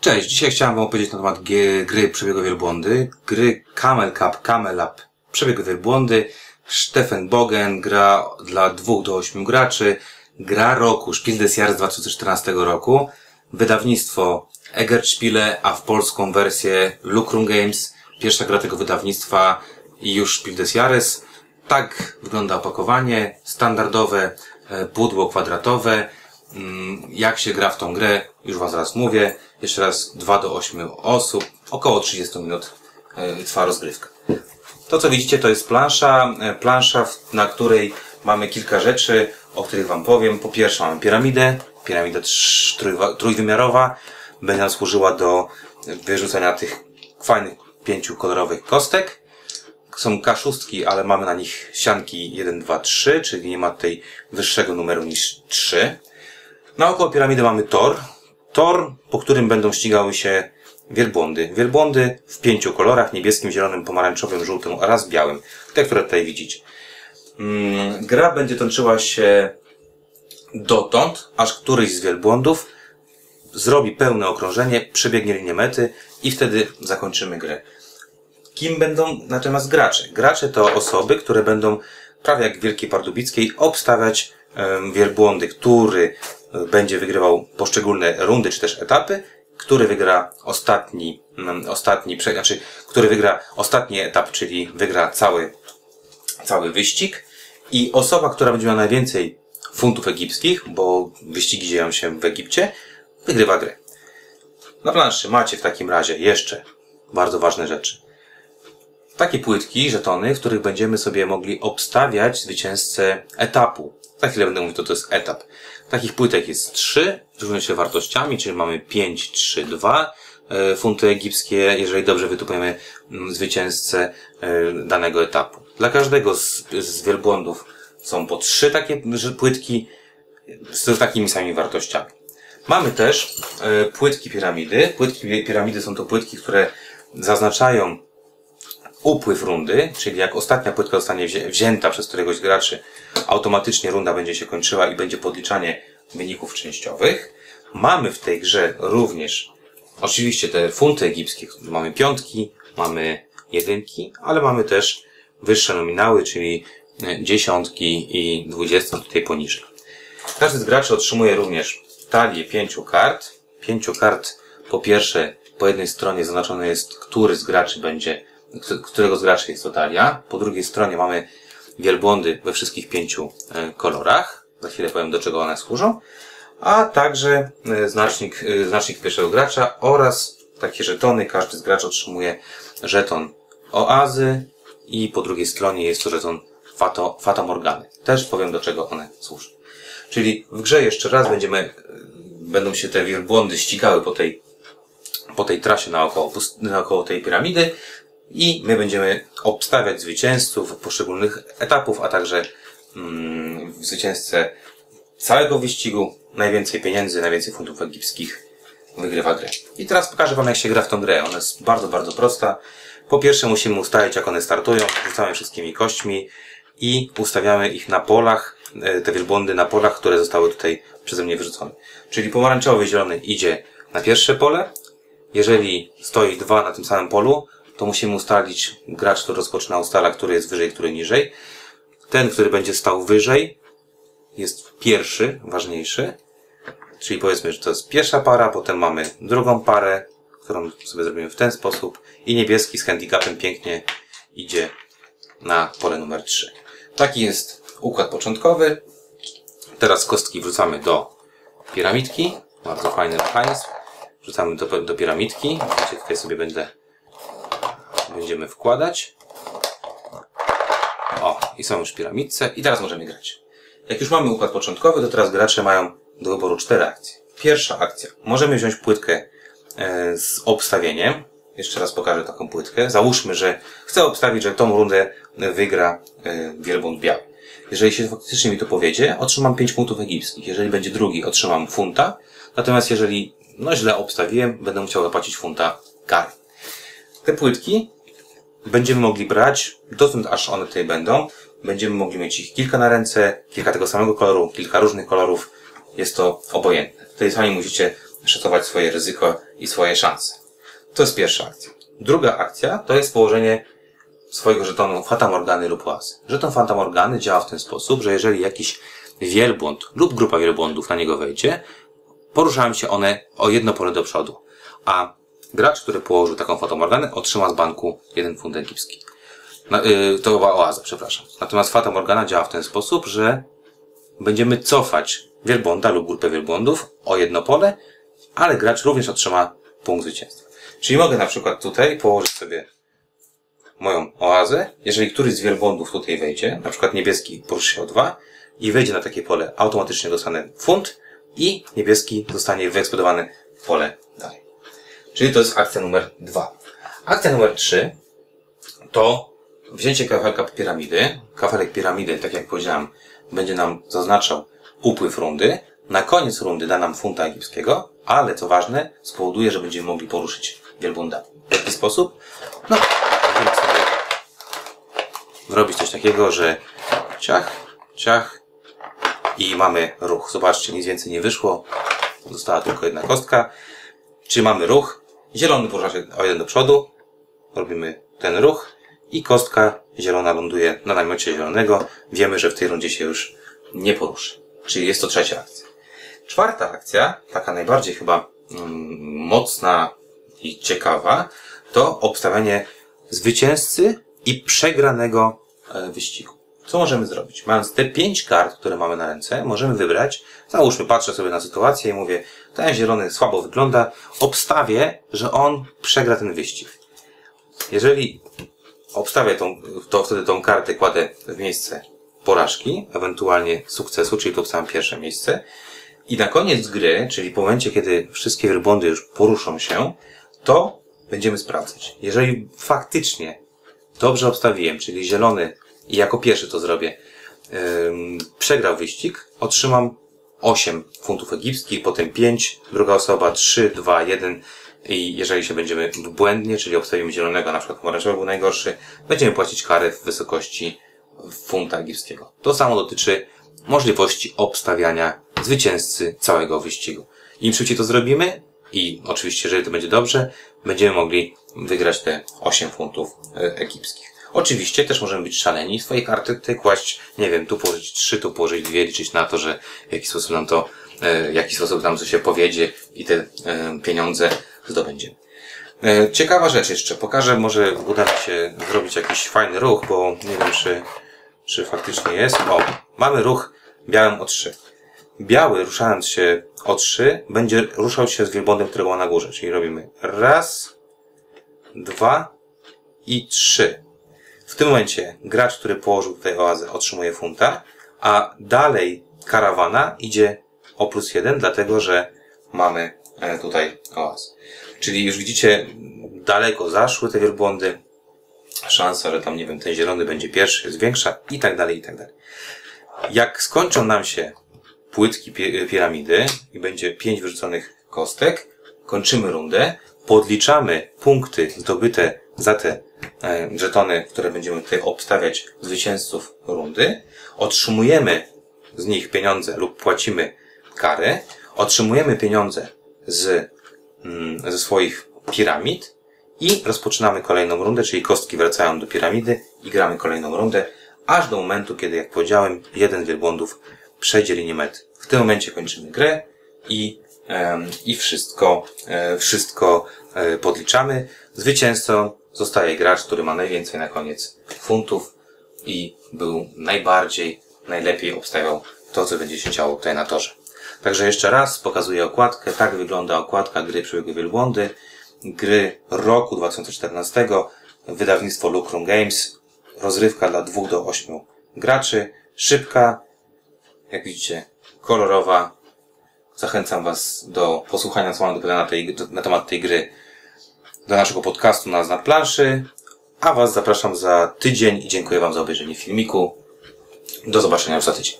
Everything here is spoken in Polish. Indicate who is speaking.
Speaker 1: Cześć, dzisiaj chciałem wam opowiedzieć na temat gry Przebiegłe Wielbłądy, gry Camel Cup, Camel Up, Przebiegłe Wielbłądy. Steffen Bogen, gra dla 2 do 8 graczy, gra roku, Spiel des Jahres 2014 roku, wydawnictwo Egert-Spiele, a w polską wersję Lucrum Games, pierwsza gra tego wydawnictwa i już Spiel des Jahres. Tak wygląda opakowanie, standardowe pudło kwadratowe. Jak się gra w tą grę, już wam zaraz mówię. Jeszcze raz, 2 do 8 osób, około 30 minut trwa rozgrywka. To co widzicie, to jest plansza, na której mamy kilka rzeczy, o których wam powiem. Po pierwsze mamy piramidę trójwymiarowa, będzie nam służyła do wyrzucania tych fajnych 5 kolorowych kostek. Są K6, ale mamy na nich sianki 1, 2, 3, czyli nie ma tutaj wyższego numeru niż 3. Naokoło piramidy mamy tor, po którym będą ścigały się wielbłądy. Wielbłądy w 5 kolorach, niebieskim, zielonym, pomarańczowym, żółtym oraz białym. Te, które tutaj widzicie. Gra będzie toczyła się dotąd, aż któryś z wielbłądów zrobi pełne okrążenie, przebiegnie linię mety i wtedy zakończymy grę. Kim będą natomiast gracze? Gracze to osoby, które będą, prawie jak w Wielkiej Pardubickiej, obstawiać wielbłądy, który będzie wygrywał poszczególne rundy czy też etapy, który wygra który wygra ostatni etap, czyli wygra cały wyścig, i osoba, która będzie miała najwięcej funtów egipskich, bo wyścigi dzieją się w Egipcie, wygrywa grę. Na planszy macie w takim razie jeszcze bardzo ważne rzeczy. Takie płytki, żetony, w których będziemy sobie mogli obstawiać zwycięzcę etapu. Za chwilę będę mówił, to jest etap. Takich płytek jest 3, różnią się wartościami, czyli mamy 5, 3, 2 funty egipskie, jeżeli dobrze wytupujemy zwycięzcę danego etapu. Dla każdego z wielbłądów są po 3 takie płytki z takimi samymi wartościami. Mamy też płytki piramidy. Płytki piramidy są to płytki, które zaznaczają upływ rundy, czyli jak ostatnia płytka zostanie wzięta przez któregoś z graczy, automatycznie runda będzie się kończyła i będzie podliczanie wyników częściowych. Mamy w tej grze również oczywiście te funty egipskie, mamy 5, mamy 1, ale mamy też wyższe nominały, czyli 10 i 20 tutaj poniżej. Każdy z graczy otrzymuje również talię 5 kart. 5 kart, po pierwsze, po jednej stronie zaznaczone jest, którego z graczy jest to talia. Po drugiej stronie mamy wielbłądy we wszystkich 5 kolorach. Za chwilę powiem, do czego one służą. A także znacznik pierwszego gracza oraz takie żetony. Każdy z graczy otrzymuje żeton oazy i po drugiej stronie jest to żeton Fata Morgany. Też powiem, do czego one służą. Czyli w grze jeszcze raz będą się te wielbłądy ścigały po tej trasie naokoło tej piramidy i my będziemy obstawiać zwycięzców poszczególnych etapów, a także zwycięzcę całego wyścigu. Najwięcej pieniędzy, najwięcej funtów egipskich wygrywa grę. I teraz pokażę wam, jak się gra w tą grę. Ona jest bardzo, bardzo prosta. Po pierwsze musimy ustalić, jak one startują. Rzucamy wszystkimi kośćmi i ustawiamy ich na polach, te wielbłądy na polach, które zostały tutaj przeze mnie wyrzucone. Czyli pomarańczowy, zielony idzie na pierwsze pole. Jeżeli stoi 2 na tym samym polu, to musimy ustalić, gracz, który rozpoczyna, ustala, który jest wyżej, który niżej. Ten, który będzie stał wyżej, jest pierwszy, ważniejszy. Czyli powiedzmy, że to jest pierwsza para, potem mamy drugą parę, którą sobie zrobimy w ten sposób. I niebieski z handicapem pięknie idzie na pole numer 3. Taki jest układ początkowy. Teraz kostki wrzucamy do piramidki. Bardzo fajny mechanizm. Wrzucamy do piramidki. Widzicie, tutaj sobie będziemy wkładać. O, i są już w piramidce. I teraz możemy grać. Jak już mamy układ początkowy, to teraz gracze mają do wyboru 4 akcje. Pierwsza akcja. Możemy wziąć płytkę z obstawieniem. Jeszcze raz pokażę taką płytkę. Załóżmy, że chcę obstawić, że tą rundę wygra wielbłąd biały. Jeżeli się faktycznie mi to powiedzie, otrzymam 5 funtów egipskich. Jeżeli będzie drugi, otrzymam funta. Natomiast jeżeli źle obstawiłem, będę musiał zapłacić funta kary. Te płytki będziemy mogli brać dotąd, aż one tutaj będą. Będziemy mogli mieć ich kilka na ręce, kilka tego samego koloru, kilka różnych kolorów. Jest to obojętne. Tutaj sami musicie szacować swoje ryzyko i swoje szanse. To jest pierwsza akcja. Druga akcja to jest położenie swojego żetonu Fata Morgany lub Oazy. Żeton Fata Morgany działa w ten sposób, że jeżeli jakiś wielbłąd lub grupa wielbłądów na niego wejdzie, poruszają się one o jedno pole do przodu. A gracz, który położył taką Fatą Morganę, otrzyma z banku 1 funt egipski. To była Oaza, przepraszam. Natomiast Fata Morgana działa w ten sposób, że będziemy cofać wielbłąda lub grupę wielbłądów o jedno pole, ale gracz również otrzyma punkt zwycięstwa. Czyli mogę na przykład tutaj położyć sobie moją Oazę. Jeżeli któryś z wielbłądów tutaj wejdzie, na przykład niebieski poruszy się o 2 i wejdzie na takie pole, automatycznie dostanę funt i niebieski zostanie wyeksplodowany w pole dalej. Czyli to jest akcja numer 2. Akcja numer 3 to wzięcie kafelka piramidy. Kafelek piramidy, tak jak powiedziałem, będzie nam zaznaczał upływ rundy. Na koniec rundy da nam funta egipskiego, ale co ważne, spowoduje, że będziemy mogli poruszyć wielbłądami. W jaki sposób? No, będziemy sobie zrobić coś takiego, że ciach, ciach i mamy ruch. Zobaczcie, nic więcej nie wyszło. Została tylko jedna kostka. Czyli mamy ruch. Zielony porusza się o 1 do przodu. Robimy ten ruch i kostka zielona ląduje na namiocie zielonego. Wiemy, że w tej rundzie się już nie poruszy. Czyli jest to trzecia akcja. Czwarta akcja, taka najbardziej chyba mocna i ciekawa, to obstawianie zwycięzcy i przegranego wyścigu. Co możemy zrobić? Mając te 5 kart, które mamy na ręce, możemy wybrać, załóżmy, patrzę sobie na sytuację i mówię, ten zielony słabo wygląda, obstawię, że on przegra ten wyścig. Jeżeli obstawię to wtedy tą kartę kładę w miejsce porażki, ewentualnie sukcesu, czyli to obstawiam pierwsze miejsce. I na koniec gry, czyli po momencie, kiedy wszystkie wielbłądy już poruszą się, to będziemy sprawdzać. Jeżeli faktycznie dobrze obstawiłem, czyli zielony i jako pierwszy to zrobię, przegrał wyścig, otrzymam 8 funtów egipskich, potem 5, druga osoba 3, 2, 1 i jeżeli się będziemy błędnie, czyli obstawimy zielonego, na przykład pomarańczowy był najgorszy, będziemy płacić karę w wysokości funta egipskiego. To samo dotyczy możliwości obstawiania zwycięzcy całego wyścigu. Im szybciej to zrobimy i oczywiście, jeżeli to będzie dobrze, będziemy mogli wygrać te 8 funtów egipskich. Oczywiście też możemy być szaleni, swoje karty tutaj kłaść, nie wiem, tu położyć 3, tu położyć 2, liczyć na to, że w jaki sposób nam to się powiedzie i te pieniądze zdobędziemy. Ciekawa rzecz jeszcze, pokażę, może uda mi się zrobić jakiś fajny ruch, bo nie wiem, czy faktycznie jest. O, mamy ruch białym o 3. Biały, ruszając się o 3, będzie ruszał się z wielbłądem, którego ma na górze. Czyli robimy 1, 2 i 3. W tym momencie gracz, który położył tutaj oazę, otrzymuje funta, a dalej karawana idzie o +1, dlatego że mamy tutaj oazę. Czyli już widzicie, daleko zaszły te wielbłądy. Szansa, że tam, nie wiem, ten zielony będzie pierwszy, jest większa i tak dalej, i tak dalej. Jak skończą nam się płytki piramidy i będzie 5 wyrzuconych kostek, kończymy rundę, podliczamy punkty zdobyte za te żetony, które będziemy tutaj obstawiać zwycięzców rundy, otrzymujemy z nich pieniądze lub płacimy karę, otrzymujemy pieniądze ze swoich piramid i rozpoczynamy kolejną rundę, czyli kostki wracają do piramidy i gramy kolejną rundę, aż do momentu, kiedy, jak powiedziałem, jeden z wielbłądów przejdzie linię mety. W tym momencie kończymy grę i wszystko podliczamy. Zwycięzcą zostaje gracz, który ma najwięcej na koniec funtów i był najlepiej obstawiał to, co będzie się działo tutaj na torze. Także jeszcze raz pokazuję okładkę. Tak wygląda okładka gry Przebiegłe Wielbłądy, gry roku 2014, wydawnictwo Lucrum Games, rozrywka dla 2 do 8 graczy, szybka, jak widzicie, kolorowa. Zachęcam Was do posłuchania, co mam do powiedzenia na temat tej gry, do naszego podcastu na Znad Planszy, a Was zapraszam za tydzień i dziękuję Wam za obejrzenie filmiku. Do zobaczenia już za tydzień.